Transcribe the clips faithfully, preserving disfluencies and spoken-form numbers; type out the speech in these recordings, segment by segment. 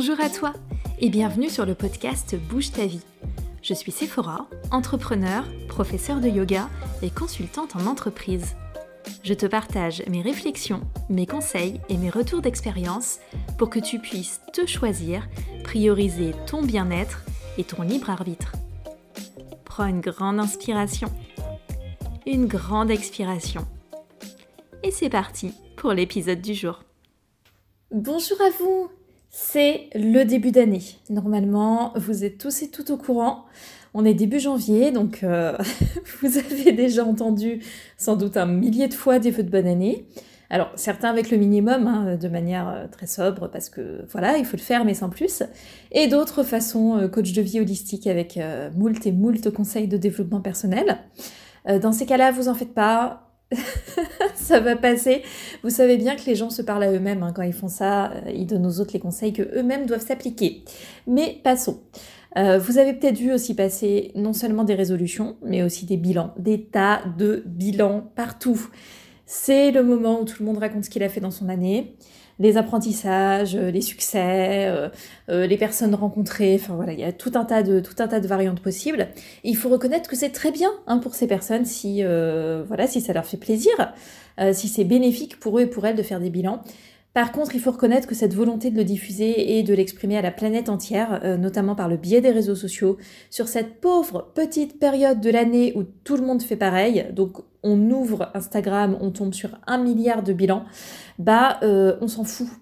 Bonjour à toi et bienvenue sur le podcast Bouge ta vie. Je suis Sephora, entrepreneur, professeure de yoga et consultante en entreprise. Je te partage mes réflexions, mes conseils et mes retours d'expérience pour que tu puisses te choisir, prioriser ton bien-être et ton libre arbitre. Prends une grande inspiration, une grande expiration. Et c'est parti pour l'épisode du jour. Bonjour à vous, c'est le début d'année. Normalement, vous êtes tous et toutes au courant. On est début janvier, donc euh, vous avez déjà entendu sans doute un millier de fois des vœux de bonne année. Alors, certains avec le minimum, hein, de manière très sobre, parce que voilà, il faut le faire, mais sans plus. Et d'autres façon euh, coach de vie holistique avec euh, moult et moult conseils de développement personnel. Euh, dans ces cas-là, vous en faites pas. Ça va passer. Vous savez bien que les gens se parlent à eux-mêmes hein, quand ils font ça. Euh, ils donnent aux autres les conseils que eux-mêmes doivent s'appliquer. Mais passons. Euh, vous avez peut-être vu aussi passer non seulement des résolutions, mais aussi des bilans. Des tas de bilans partout. C'est le moment où tout le monde raconte ce qu'il a fait dans son année. Les apprentissages, les succès, euh, euh, les personnes rencontrées, enfin voilà, il y a tout un tas de, tout un tas de variantes possibles. Et il faut reconnaître que c'est très bien hein, pour ces personnes si, euh, voilà, si ça leur fait plaisir, euh, si c'est bénéfique pour eux et pour elles de faire des bilans. Par contre, il faut reconnaître que cette volonté de le diffuser et de l'exprimer à la planète entière, euh, notamment par le biais des réseaux sociaux, sur cette pauvre petite période de l'année où tout le monde fait pareil, donc on ouvre Instagram, on tombe sur un milliard de bilans, bah euh, on s'en fout.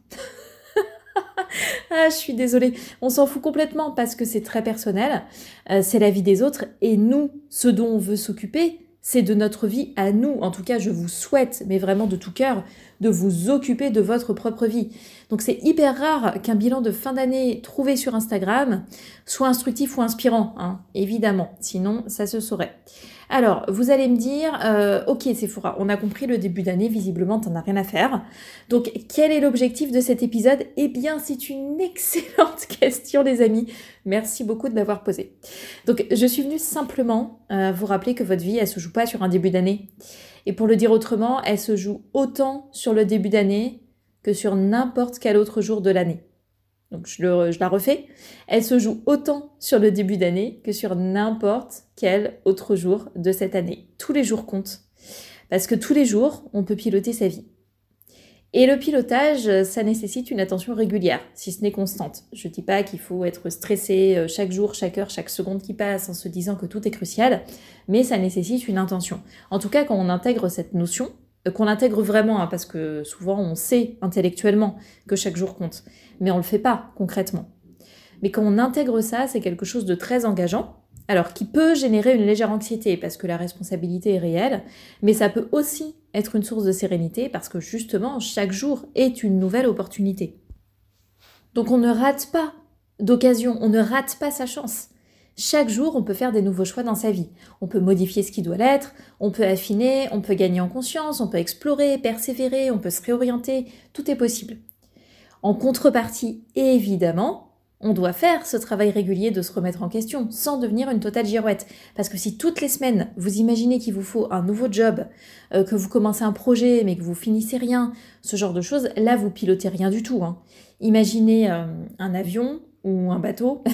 Ah, je suis désolée, on s'en fout complètement parce que c'est très personnel, euh, c'est la vie des autres et nous, ce dont on veut s'occuper, c'est de notre vie à nous. En tout cas, je vous souhaite, mais vraiment de tout cœur, de vous occuper de votre propre vie. Donc c'est hyper rare qu'un bilan de fin d'année trouvé sur Instagram soit instructif ou inspirant, hein, évidemment, sinon ça se saurait. Alors, vous allez me dire, euh, ok Sephora, on a compris le début d'année, visiblement t'en as rien à faire. Donc, quel est l'objectif de cet épisode ? Eh bien, c'est une excellente question les amis. Merci beaucoup de l'avoir posée. Donc, je suis venue simplement euh, vous rappeler que votre vie, elle se joue pas sur un début d'année. Et pour le dire autrement, elle se joue autant sur le début d'année que sur n'importe quel autre jour de l'année. Donc je, le, je la refais, elle se joue autant sur le début d'année que sur n'importe quel autre jour de cette année. Tous les jours comptent, parce que tous les jours, on peut piloter sa vie. Et le pilotage, ça nécessite une attention régulière, si ce n'est constante. Je ne dis pas qu'il faut être stressé chaque jour, chaque heure, chaque seconde qui passe en se disant que tout est crucial, mais ça nécessite une intention. En tout cas, quand on intègre cette notion, qu'on l'intègre vraiment, hein, parce que souvent on sait intellectuellement que chaque jour compte, mais on le fait pas concrètement. Mais quand on intègre ça, c'est quelque chose de très engageant, alors qui peut générer une légère anxiété parce que la responsabilité est réelle, mais ça peut aussi être une source de sérénité parce que justement chaque jour est une nouvelle opportunité. Donc on ne rate pas d'occasion, on ne rate pas sa chance. Chaque jour, on peut faire des nouveaux choix dans sa vie. On peut modifier ce qui doit l'être, on peut affiner, on peut gagner en conscience, on peut explorer, persévérer, on peut se réorienter, tout est possible. En contrepartie, évidemment, on doit faire ce travail régulier de se remettre en question, sans devenir une totale girouette. Parce que si toutes les semaines, vous imaginez qu'il vous faut un nouveau job, euh, que vous commencez un projet, mais que vous finissez rien, ce genre de choses, là, vous pilotez rien du tout. Hein. Imaginez euh, un avion ou un bateau,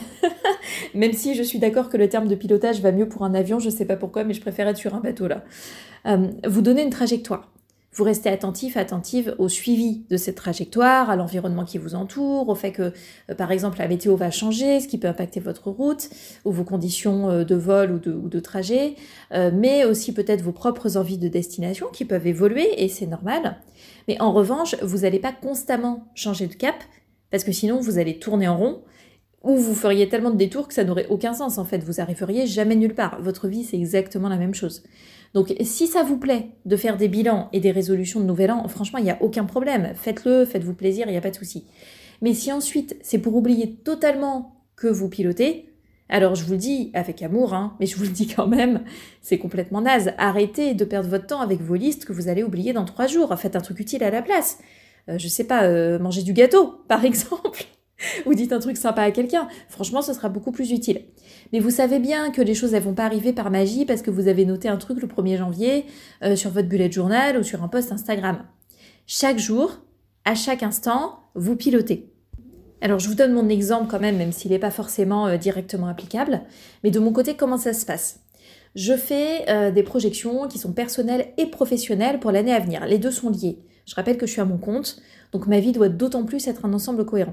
même si je suis d'accord que le terme de pilotage va mieux pour un avion, je sais pas pourquoi, mais je préfère être sur un bateau là. Euh, vous donnez une trajectoire. Vous restez attentif, attentive au suivi de cette trajectoire, à l'environnement qui vous entoure, au fait que, euh, par exemple, la météo va changer, ce qui peut impacter votre route, ou vos conditions euh, de vol ou de, ou de trajet, euh, mais aussi peut-être vos propres envies de destination qui peuvent évoluer, et c'est normal. Mais en revanche, vous n'allez pas constamment changer de cap, parce que sinon vous allez tourner en rond, ou vous feriez tellement de détours que ça n'aurait aucun sens en fait, vous arriveriez jamais nulle part. Votre vie, c'est exactement la même chose. Donc si ça vous plaît de faire des bilans et des résolutions de nouvel an, franchement, il n'y a aucun problème. Faites-le, faites-vous plaisir, il n'y a pas de souci. Mais si ensuite, c'est pour oublier totalement que vous pilotez, alors je vous le dis avec amour, hein, mais je vous le dis quand même, c'est complètement naze. Arrêtez de perdre votre temps avec vos listes que vous allez oublier dans trois jours. Faites un truc utile à la place. Euh, je sais pas, euh, manger du gâteau, par exemple. Ou dites un truc sympa à quelqu'un, franchement ce sera beaucoup plus utile. Mais vous savez bien que les choses elles vont pas arriver par magie parce que vous avez noté un truc le premier janvier euh, sur votre bullet journal ou sur un post Instagram. Chaque jour, à chaque instant, vous pilotez. Alors, je vous donne mon exemple quand même, même s'il n'est pas forcément euh, directement applicable. Mais de mon côté, comment ça se passe? Je fais euh, des projections qui sont personnelles et professionnelles pour l'année à venir. Les deux sont liés. Je rappelle que je suis à mon compte, donc ma vie doit d'autant plus être un ensemble cohérent.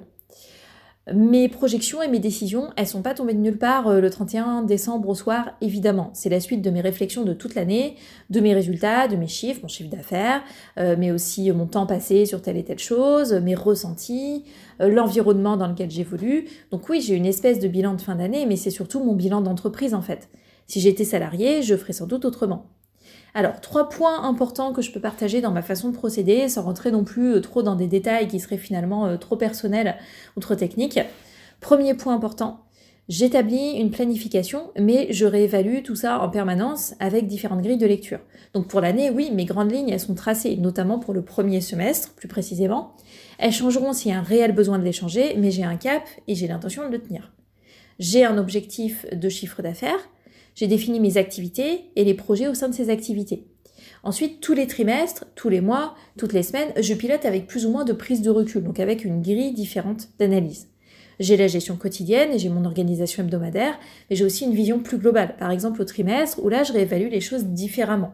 Mes projections et mes décisions, elles sont pas tombées de nulle part euh, le trente et un décembre au soir, évidemment. C'est la suite de mes réflexions de toute l'année, de mes résultats, de mes chiffres, mon chiffre d'affaires, euh, mais aussi euh, mon temps passé sur telle et telle chose, mes ressentis, euh, l'environnement dans lequel j'évolue. Donc oui, j'ai une espèce de bilan de fin d'année, mais c'est surtout mon bilan d'entreprise en fait. Si j'étais salarié, je ferais sans doute autrement. Alors, trois points importants que je peux partager dans ma façon de procéder, sans rentrer non plus trop dans des détails qui seraient finalement trop personnels ou trop techniques. Premier point important, j'établis une planification, mais je réévalue tout ça en permanence avec différentes grilles de lecture. Donc pour l'année, oui, mes grandes lignes, elles sont tracées, notamment pour le premier semestre, plus précisément. Elles changeront s'il y a un réel besoin de les changer, mais j'ai un cap et j'ai l'intention de le tenir. J'ai un objectif de chiffre d'affaires. J'ai défini mes activités et les projets au sein de ces activités. Ensuite, tous les trimestres, tous les mois, toutes les semaines, je pilote avec plus ou moins de prise de recul, donc avec une grille différente d'analyse. J'ai la gestion quotidienne et j'ai mon organisation hebdomadaire, mais j'ai aussi une vision plus globale, par exemple au trimestre, où là, je réévalue les choses différemment.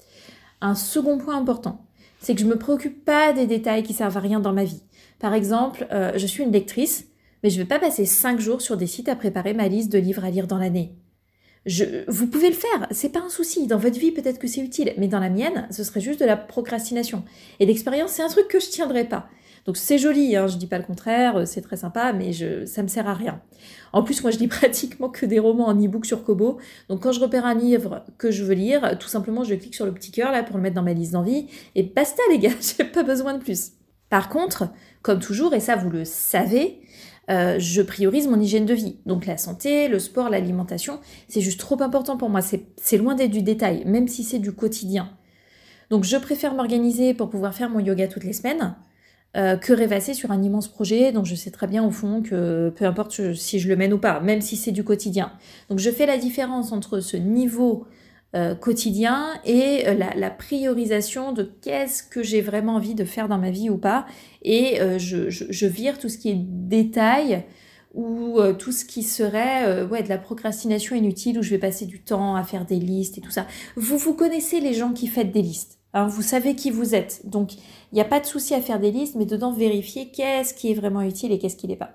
Un second point important, c'est que je ne me préoccupe pas des détails qui servent à rien dans ma vie. Par exemple, euh, je suis une lectrice, mais je ne vais pas passer cinq jours sur des sites à préparer ma liste de livres à lire dans l'année. Je, vous pouvez le faire, c'est pas un souci. Dans votre vie, peut-être que c'est utile, mais dans la mienne, ce serait juste de la procrastination. Et l'expérience, c'est un truc que je tiendrai pas. Donc c'est joli, hein, je dis pas le contraire, c'est très sympa, mais je, ça me sert à rien. En plus, moi, je lis pratiquement que des romans en e-book sur Kobo. Donc quand je repère un livre que je veux lire, tout simplement, je clique sur le petit cœur là pour le mettre dans ma liste d'envie. Et basta, les gars, j'ai pas besoin de plus. Par contre, comme toujours, et ça vous le savez, Euh, je priorise mon hygiène de vie. Donc la santé, le sport, l'alimentation, c'est juste trop important pour moi. C'est, c'est loin d'être du détail, même si c'est du quotidien. Donc je préfère m'organiser pour pouvoir faire mon yoga toutes les semaines euh, que rêvasser sur un immense projet dont je sais très bien au fond que peu importe je, si je le mène ou pas, même si c'est du quotidien. Donc je fais la différence entre ce niveau Euh, quotidien et euh, la, la priorisation de qu'est-ce que j'ai vraiment envie de faire dans ma vie ou pas. Et euh, je, je, je vire tout ce qui est détail ou euh, tout ce qui serait euh, ouais, de la procrastination inutile où je vais passer du temps à faire des listes et tout ça. Vous, vous connaissez les gens qui font des listes. Hein, vous savez qui vous êtes. Donc, il n'y a pas de souci à faire des listes, mais dedans vérifier qu'est-ce qui est vraiment utile et qu'est-ce qui l'est pas.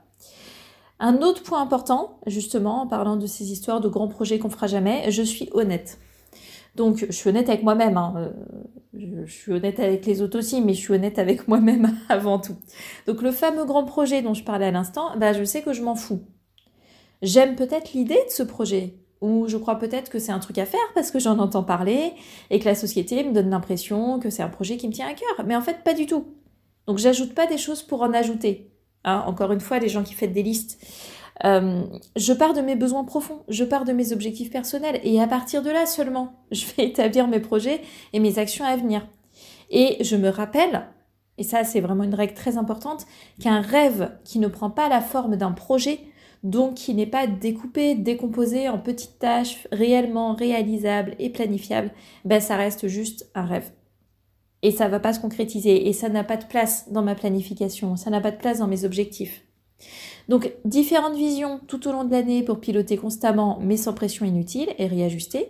Un autre point important, justement, en parlant de ces histoires de grands projets qu'on fera jamais, je suis honnête. Donc, je suis honnête avec moi-même, hein. euh, je, je suis honnête avec les autres aussi, mais je suis honnête avec moi-même avant tout. Donc, le fameux grand projet dont je parlais à l'instant, bah, je sais que je m'en fous. J'aime peut-être l'idée de ce projet, ou je crois peut-être que c'est un truc à faire parce que j'en entends parler, et que la société me donne l'impression que c'est un projet qui me tient à cœur, mais en fait, pas du tout. Donc, j'ajoute pas des choses pour en ajouter. Hein, encore une fois, les gens qui font des listes... Euh, je pars de mes besoins profonds, je pars de mes objectifs personnels et à partir de là seulement, je vais établir mes projets et mes actions à venir. Et je me rappelle, et ça c'est vraiment une règle très importante, qu'un rêve qui ne prend pas la forme d'un projet, donc qui n'est pas découpé, décomposé en petites tâches réellement réalisables et planifiables, ben ça reste juste un rêve. Et ça ne va pas se concrétiser et ça n'a pas de place dans ma planification, ça n'a pas de place dans mes objectifs. Donc, différentes visions tout au long de l'année pour piloter constamment, mais sans pression inutile et réajuster.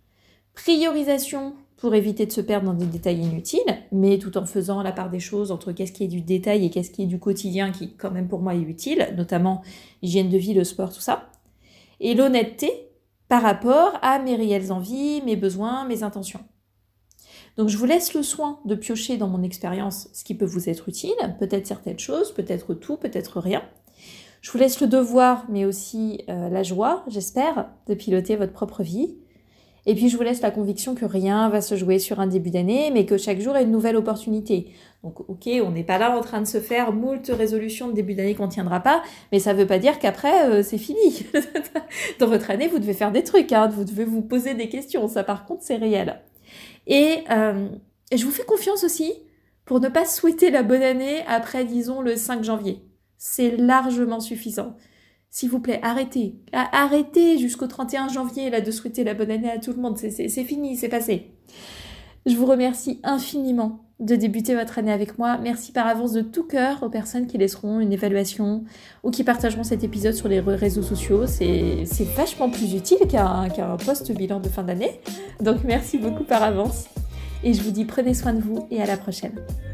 Priorisation pour éviter de se perdre dans des détails inutiles, mais tout en faisant la part des choses entre qu'est-ce qui est du détail et qu'est-ce qui est du quotidien qui, quand même, pour moi, est utile, notamment l'hygiène de vie, le sport, tout ça. Et l'honnêteté par rapport à mes réelles envies, mes besoins, mes intentions. Donc, je vous laisse le soin de piocher dans mon expérience ce qui peut vous être utile, peut-être certaines choses, peut-être tout, peut-être rien. Je vous laisse le devoir, mais aussi euh, la joie, j'espère, de piloter votre propre vie. Et puis, je vous laisse la conviction que rien va se jouer sur un début d'année, mais que chaque jour est une nouvelle opportunité. Donc, ok, on n'est pas là en train de se faire moult résolutions de début d'année qu'on ne tiendra pas, mais ça ne veut pas dire qu'après, euh, c'est fini. Dans votre année, vous devez faire des trucs, hein, vous devez vous poser des questions. Ça, par contre, c'est réel. Et euh, je vous fais confiance aussi pour ne pas souhaiter la bonne année après, disons, le cinq janvier. C'est largement suffisant. S'il vous plaît, arrêtez. Arrêtez jusqu'au trente et un janvier là, de souhaiter la bonne année à tout le monde. C'est, c'est, c'est fini, c'est passé. Je vous remercie infiniment de débuter votre année avec moi. Merci par avance de tout cœur aux personnes qui laisseront une évaluation ou qui partageront cet épisode sur les réseaux sociaux. C'est, c'est vachement plus utile qu'un, qu'un post bilan de fin d'année. Donc merci beaucoup par avance. Et je vous dis prenez soin de vous et à la prochaine.